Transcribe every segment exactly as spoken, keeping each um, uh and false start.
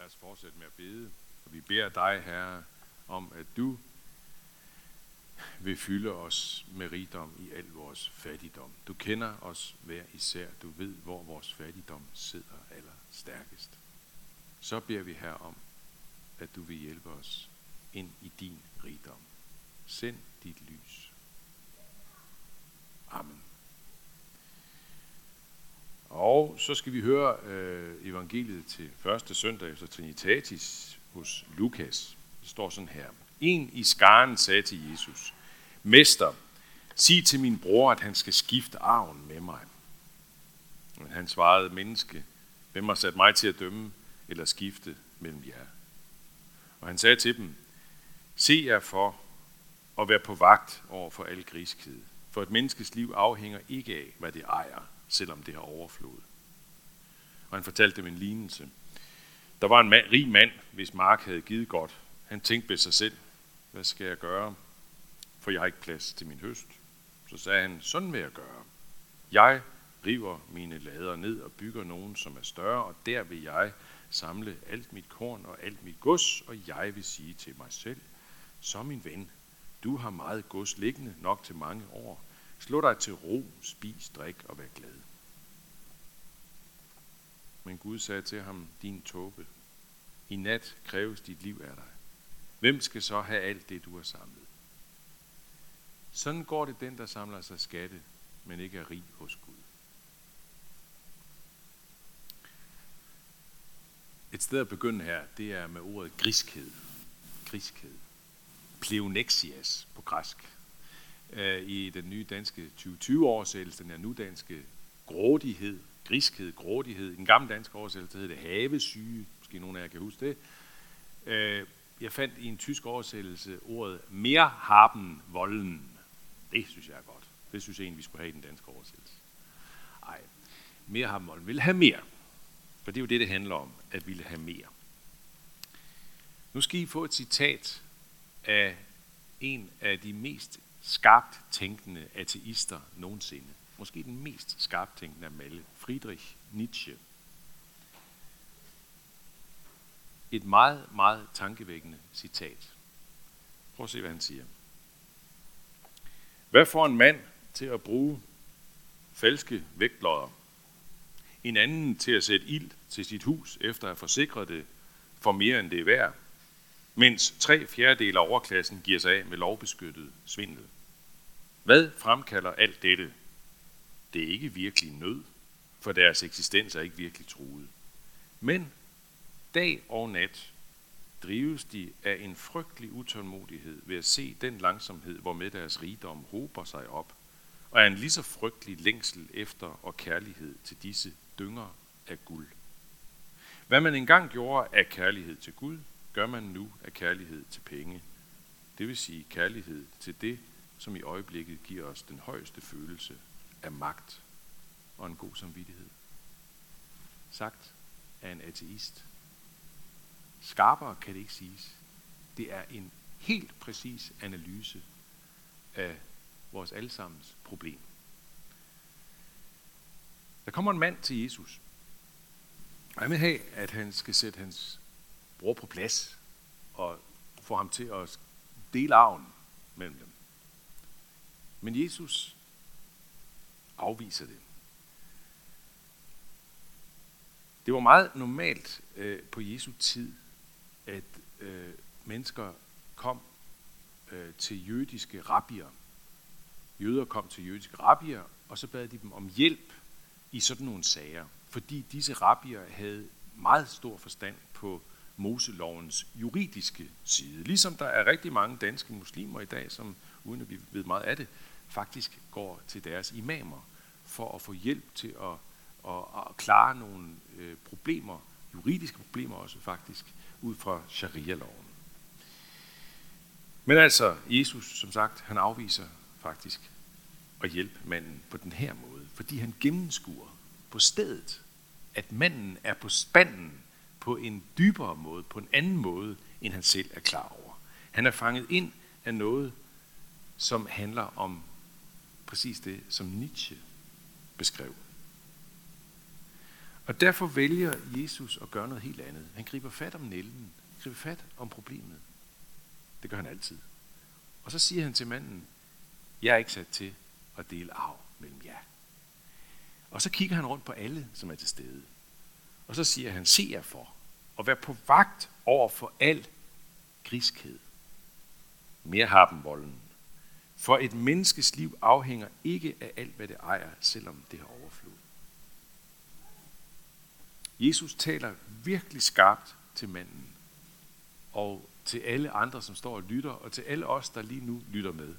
os fortsætte med at bede, og vi beder dig, Herre, om at du vil fylde os med rigdom i al vores fattigdom. Du kender os hver især. Du ved, hvor vores fattigdom sidder aller stærkest. Så beder vi, Herre, om, at du vil hjælpe os ind i din rigdom. Send dit lys. Amen. Og så skal vi høre øh, evangeliet til første søndag efter Trinitatis hos Lukas. Det står sådan her. En i skaren sagde til Jesus: Mester, sig til min bror, at han skal skifte arven med mig. Men han svarede: Menneske, hvem har sat mig til at dømme eller skifte mellem jer? Og han sagde til dem: Se jer for og vær på vagt over for al griskhed. For et menneskes liv afhænger ikke af, hvad det ejer, selvom det har overflod. Og han fortalte dem en lignelse. Der var en mand, rig mand, hvis mark havde givet godt. Han tænkte ved sig selv: Hvad skal jeg gøre? For jeg har ikke plads til min høst. Så sagde han: Sådan vil jeg gøre. Jeg river mine lader ned og bygger nogen, som er større, og der vil jeg samle alt mit korn og alt mit gods, og jeg vil sige til mig selv: Så min ven, du har meget gods liggende nok til mange år. Slå dig til ro, spis, drik og vær glad. Men Gud sagde til ham: Din tåbe, i nat kræves dit liv af dig. Hvem skal så have alt det, du har samlet? Sådan går det den, der samler sig skatte, men ikke er rig hos Gud. Et sted at begynde her, det er med ordet griskhed. Griskhed. Pleonexias på græsk. I den nye danske tyve tyve-oversættelse, den her nudanske grådighed, griskhed, grådighed. I den gamle danske oversættelse hed det havesyge, måske nogle af jer kan huske det. Jeg fandt i en tysk oversættelse ordet merhaben wollen. Det synes jeg er godt. Det synes jeg egentlig, vi skulle have i den danske oversættelse. Ej, merhaben wollen. Vil have mere. For det er jo det, det handler om, at ville have mere. Nu skal I få et citat af en af de mest skarpt tænkende ateister nogensinde. Måske den mest skarpt tænkende af dem alle. Friedrich Nietzsche. Et meget, meget tankevækkende citat. Prøv at se, hvad han siger. Hvad får en mand til at bruge falske vægtlodder? En anden til at sætte ild til sit hus, efter at have forsikret det for mere end det er værd, mens tre fjerdedele af overklassen giver sig af med lovbeskyttet svindel. Hvad fremkalder alt dette? Det er ikke virkelig nød, for deres eksistens er ikke virkelig truet. Men dag og nat drives de af en frygtelig utålmodighed ved at se den langsomhed, hvormed deres rigdom hober sig op, og er en lige så frygtelig længsel efter og kærlighed til disse dynger af guld. Hvad man engang gjorde af kærlighed til Gud, gør man nu af kærlighed til penge. Det vil sige kærlighed til det, som i øjeblikket giver os den højeste følelse af magt og en god samvittighed. Sagt af en ateist. Skarpere kan det ikke siges. Det er en helt præcis analyse af vores allesammens problem. Der kommer en mand til Jesus, og han vil have, at han skal sætte hans bror på plads og få ham til at dele arven mellem dem. Men Jesus afviser det. Det var meget normalt øh, på Jesu tid, at øh, mennesker kom øh, til jødiske rabbier. Jøder kom til jødiske rabbier, og så bad de dem om hjælp i sådan nogle sager. Fordi disse rabbier havde meget stor forstand på Moselovens juridiske side. Ligesom der er rigtig mange danske muslimer i dag, som uden at vi ved meget af det, faktisk går til deres imamer for at få hjælp til at, at, at klare nogle øh, problemer, juridiske problemer også faktisk, ud fra sharia-loven. Men altså, Jesus, som sagt, han afviser faktisk at hjælpe manden på den her måde, fordi han gennemskuer på stedet, at manden er på spanden på en dybere måde, på en anden måde, end han selv er klar over. Han er fanget ind af noget, som handler om præcis det, som Nietzsche beskrev. Og derfor vælger Jesus at gøre noget helt andet. Han griber fat om nælden, griber fat om problemet. Det gør han altid. Og så siger han til manden, jeg er ikke sat til at dele arv mellem jer. Og så kigger han rundt på alle, som er til stede. Og så siger han, se jer for, og vær på vagt over for al griskhed. Mere har dem volden. For et menneskes liv afhænger ikke af alt, hvad det ejer, selvom det har overflod. Jesus taler virkelig skarpt til manden, og til alle andre, som står og lytter, og til alle os, der lige nu lytter med.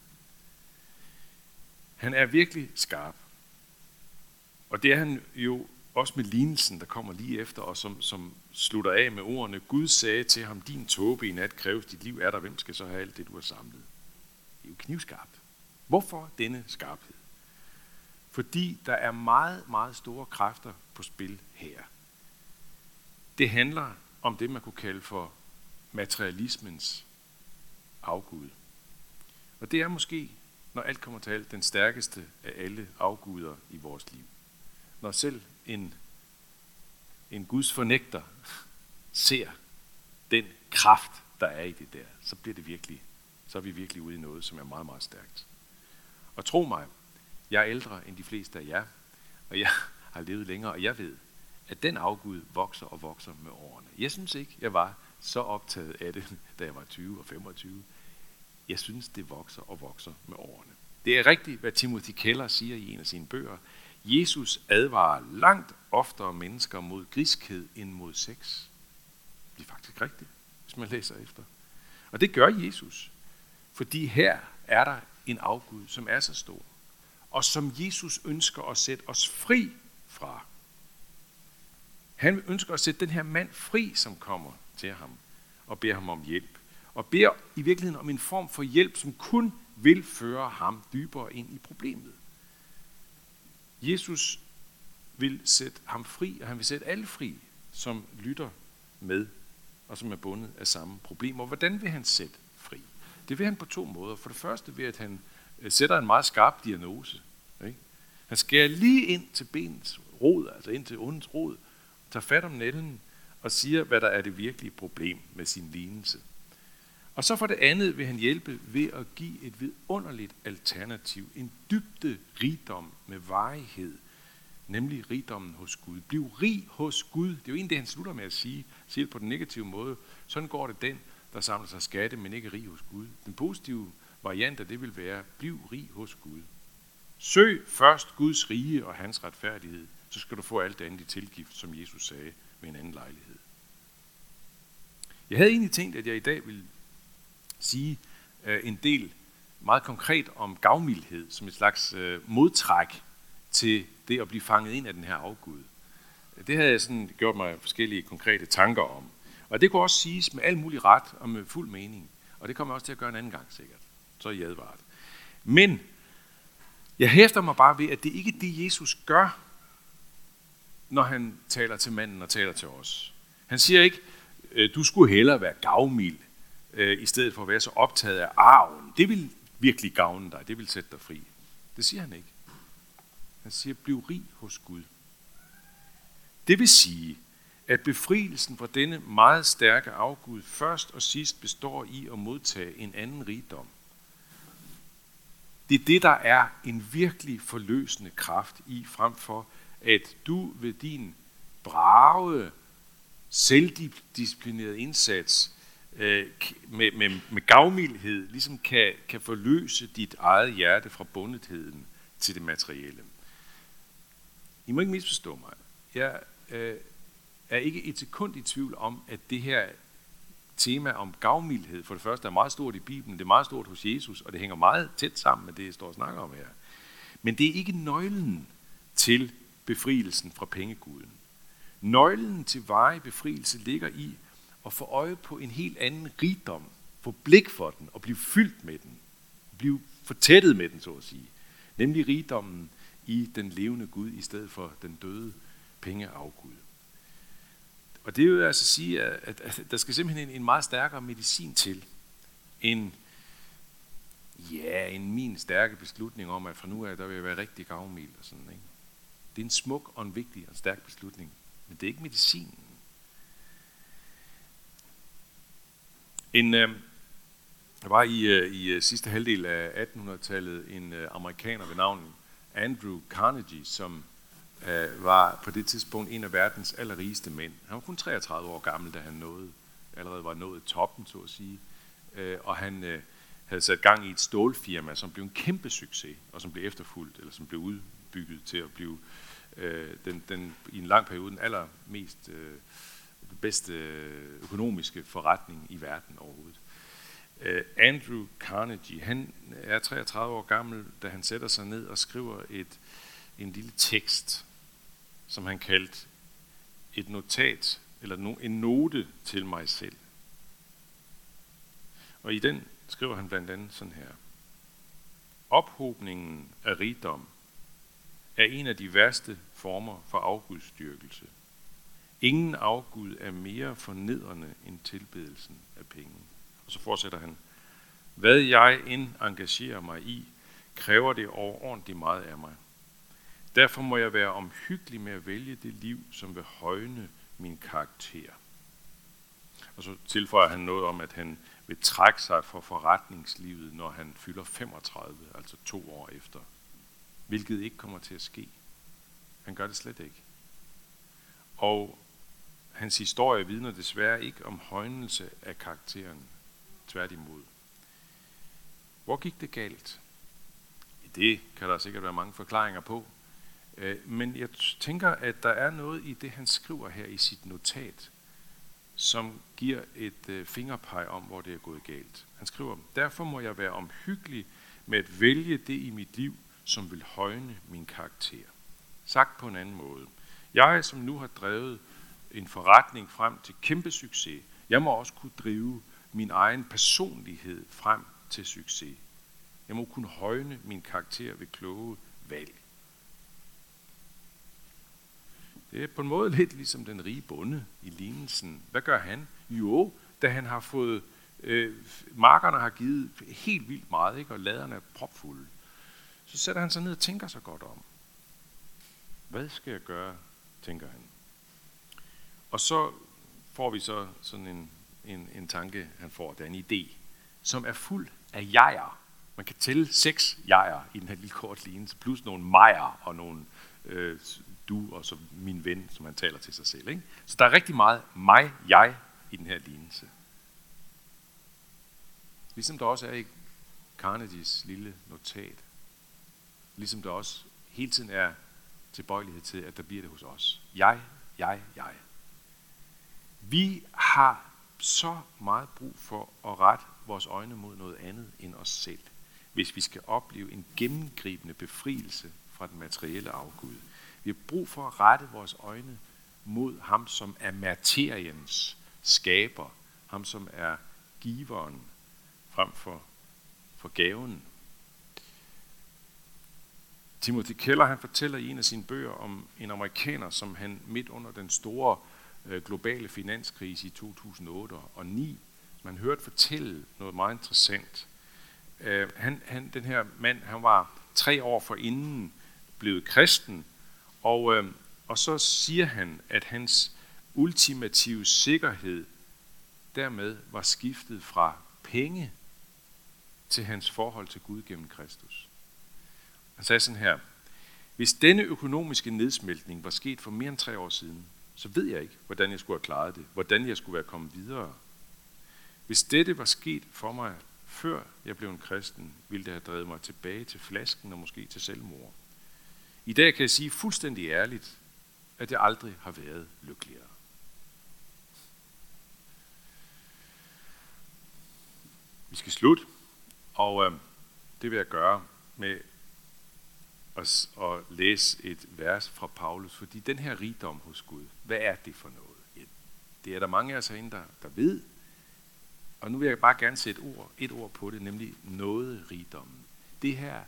Han er virkelig skarp. Og det er han jo også med lignelsen, der kommer lige efter, og som, som slutter af med ordene, Gud sagde til ham, din tåbe i nat kræves, dit liv er der, hvem skal så have alt det, du har samlet? Det er jo knivskarpt. Hvorfor denne skarphed? Fordi der er meget, meget store kræfter på spil her. Det handler om det, man kunne kalde for materialismens afgud. Og det er måske, når alt kommer til alt, den stærkeste af alle afguder i vores liv. Når selv en, en Guds fornægter ser den kraft, der er i det der, så bliver det virkelig, så er vi virkelig ude i noget, som er meget, meget stærkt. Og tro mig, jeg er ældre end de fleste af jer, og jeg har levet længere, og jeg ved, at den afgud vokser og vokser med årene. Jeg synes ikke, jeg var så optaget af det, da jeg var tyve og femogtyve. Jeg synes, det vokser og vokser med årene. Det er rigtigt, hvad Timothy Keller siger i en af sine bøger. Jesus advarer langt oftere mennesker mod griskhed end mod sex. Det er faktisk rigtigt, hvis man læser efter. Og det gør Jesus, fordi her er der en afgud, som er så stor, og som Jesus ønsker at sætte os fri fra. Han ønsker at sætte den her mand fri, som kommer til ham og beder ham om hjælp. Og beder i virkeligheden om en form for hjælp, som kun vil føre ham dybere ind i problemet. Jesus vil sætte ham fri, og han vil sætte alle fri, som lytter med, og som er bundet af samme problem. Og hvordan vil han sætte fri? Det vil han på to måder. For det første ved, at han sætter en meget skarp diagnose. Ikke? Han skærer lige ind til benets rod, altså ind til ondens rod, tager fat om nælden og siger, hvad der er det virkelige problem med sin lignelse. Og så for det andet vil han hjælpe ved at give et vidunderligt alternativ, en dybde rigdom med varighed, nemlig rigdommen hos Gud. Bliv rig hos Gud. Det er jo egentlig det, han slutter med at sige, siger det på den negative måde. Sådan går det den, der samler sig skatte, men ikke rig hos Gud. Den positive variant af det vil være, bliv rig hos Gud. Søg først Guds rige og hans retfærdighed, så skal du få alt det andet i tilgift, som Jesus sagde ved en anden lejlighed. Jeg havde egentlig tænkt, at jeg i dag ville sige øh, en del meget konkret om gavmildhed, som et slags øh, modtræk til det at blive fanget ind af den her afgud. Det havde jeg sådan gjort mig forskellige konkrete tanker om. Og det kunne også siges med al mulig ret og med fuld mening. Og det kommer jeg også til at gøre en anden gang sikkert. Så er I advaret. Men jeg hæfter mig bare ved, at det ikke er det, Jesus gør, når han taler til manden og taler til os. Han siger ikke, du skulle hellere være gavmild, i stedet for at være så optaget af arven. Det vil virkelig gavne dig, det vil sætte dig fri. Det siger han ikke. Han siger, bliv rig hos Gud. Det vil sige, at befrielsen fra denne meget stærke afgud først og sidst består i at modtage en anden rigdom. Det er det, der er en virkelig forløsende kraft i, frem for at du ved din brave, selvdisciplinerede indsats øh, med, med, med gavmildhed ligesom kan, kan forløse dit eget hjerte fra bundetheden til det materielle. I må ikke misforstå mig. Jeg øh, er ikke et sekund i tvivl om, at det her tema om gavmildhed for det første er meget stort i Bibelen, det er meget stort hos Jesus, og det hænger meget tæt sammen med det, jeg står og snakker om her. Men det er ikke nøglen til befrielsen fra pengeguden. Nøglen til varig befrielse ligger i at få øje på en helt anden rigdom, få blik for den og blive fyldt med den, blive fortættet med den, så at sige. Nemlig rigdommen i den levende Gud i stedet for den døde pengeafgud. Og det vil altså sige, at, at der skal simpelthen en, en meget stærkere medicin til, end, ja, end min stærke beslutning om, at fra nu af, der vil jeg være rigtig gavmild og sådan, ikke? Det er en smuk og en vigtig og stærk beslutning, men det er ikke medicinen. En, øh, der var i, øh, i øh, sidste halvdel af attenhundredetallet en øh, amerikaner ved navn Andrew Carnegie, som øh, var på det tidspunkt en af verdens allerrigeste mænd. Han var kun treogtredive år gammel, da han nåede, allerede var nået toppen, så at sige. Øh, og han øh, havde sat gang i et stålfirma, som blev en kæmpe succes, og som blev efterfulgt, eller som blev udbygget til at blive øh, den, den, i en lang periode den allermest øh, bedste økonomiske forretning i verden overhovedet. Uh, Andrew Carnegie, han er treogtredive år gammel, da han sætter sig ned og skriver et, en lille tekst, som han kaldte et notat, eller no, en note til mig selv. Og i den skriver han blandt andet sådan her. Ophobningen af rigdom er en af de værste former for afgudstyrkelse. Ingen afgud er mere fornedrende end tilbedelsen af penge. Og så fortsætter han. Hvad jeg end engagerer mig i, kræver det overordentligt meget af mig. Derfor må jeg være omhyggelig med at vælge det liv, som vil højne min karakter. Og så tilføjer han noget om, at han vil trække sig fra forretningslivet, når han fylder femogtredive, altså to år efter. Hvilket ikke kommer til at ske. Han gør det slet ikke. Og hans historie vidner desværre ikke om højnelse af karakteren. Tværtimod. Hvor gik det galt? Det kan der sikkert være mange forklaringer på. Men jeg tænker, at der er noget i det, han skriver her i sit notat, som giver et fingerpeg om, hvor det er gået galt. Han skriver, derfor må jeg være omhyggelig med at vælge det i mit liv, som vil højne min karakter. Sagt på en anden måde. Jeg, som nu har drevet en forretning frem til kæmpe succes, jeg må også kunne drive min egen personlighed frem til succes. Jeg må kunne højne min karakter ved kloge valg. Det er på en måde lidt ligesom den rige bonde i lignelsen. Hvad gør han? Jo, da han har fået, øh, markerne har givet helt vildt meget, ikke? Og laderne er propfulde, så sætter han sig ned og tænker sig godt om. Hvad skal jeg gøre, tænker han. Og så får vi så sådan en En, en tanke, han får, det er en idé, som er fuld af jeger. Man kan tælle seks jeger i den her lille kort lignelse, plus nogle mejer og nogle øh, du og så min ven, som han taler til sig selv. Ikke? Så der er rigtig meget mig, jeg i den her lignelse. Ligesom der også er i Carnegies lille notat. Ligesom der også hele tiden er tilbøjelighed til, at der bliver det hos os. Jeg, jeg, jeg. Vi har så meget brug for at rette vores øjne mod noget andet end os selv, hvis vi skal opleve en gennemgribende befrielse fra den materielle afgud. Vi har brug for at rette vores øjne mod ham, som er materiens skaber, ham som er giveren frem for, for gaven. Timothy Keller, han fortæller i en af sine bøger om en amerikaner, som han midt under den store globale finanskrise i to tusind og otte og ni, man hørte fortælle noget meget interessant. Uh, han, han, den her mand, han var tre år forinden blevet kristen, og, uh, og så siger han, at hans ultimative sikkerhed dermed var skiftet fra penge til hans forhold til Gud gennem Kristus. Han sagde sådan her, hvis denne økonomiske nedsmeltning var sket for mere end tre år siden, så ved jeg ikke, hvordan jeg skulle have klaret det, hvordan jeg skulle være kommet videre. Hvis dette var sket for mig, før jeg blev en kristen, ville det have drevet mig tilbage til flasken og måske til selvmord. I dag kan jeg sige fuldstændig ærligt, at jeg aldrig har været lykkeligere. Vi skal slutte, og øh, det vil jeg gøre med at, at læse et vers fra Paulus, fordi den her rigdom hos Gud, hvad er det for noget? Ja, det er der mange af os herinde, der, der ved, og nu vil jeg bare gerne sætte et ord, et ord på det, nemlig nåderigdommen. Det her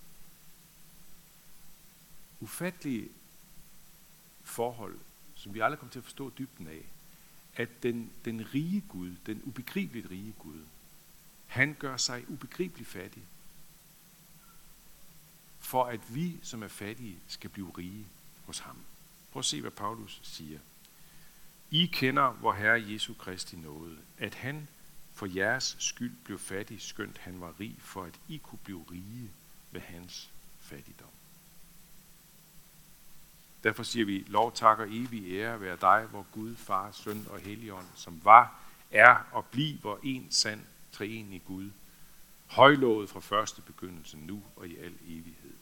ufattelige forhold, som vi aldrig kommer til at forstå dybden af, at den, den rige Gud, den ubegribeligt rige Gud, han gør sig ubegribeligt fattig, for at vi, som er fattige, skal blive rige. hos ham. Prøv at se, hvad Paulus siger. I kender vor Herre Jesu Kristi nåde, at han for jeres skyld blev fattig, skønt han var rig, for at I kunne blive rige ved hans fattigdom. Derfor siger vi, lov, tak og evig ære være dig, vor Gud, Far, Søn og Helligånd, som var, er og bliver en sand treenig Gud, højlovet fra første begyndelse, nu og i al evighed.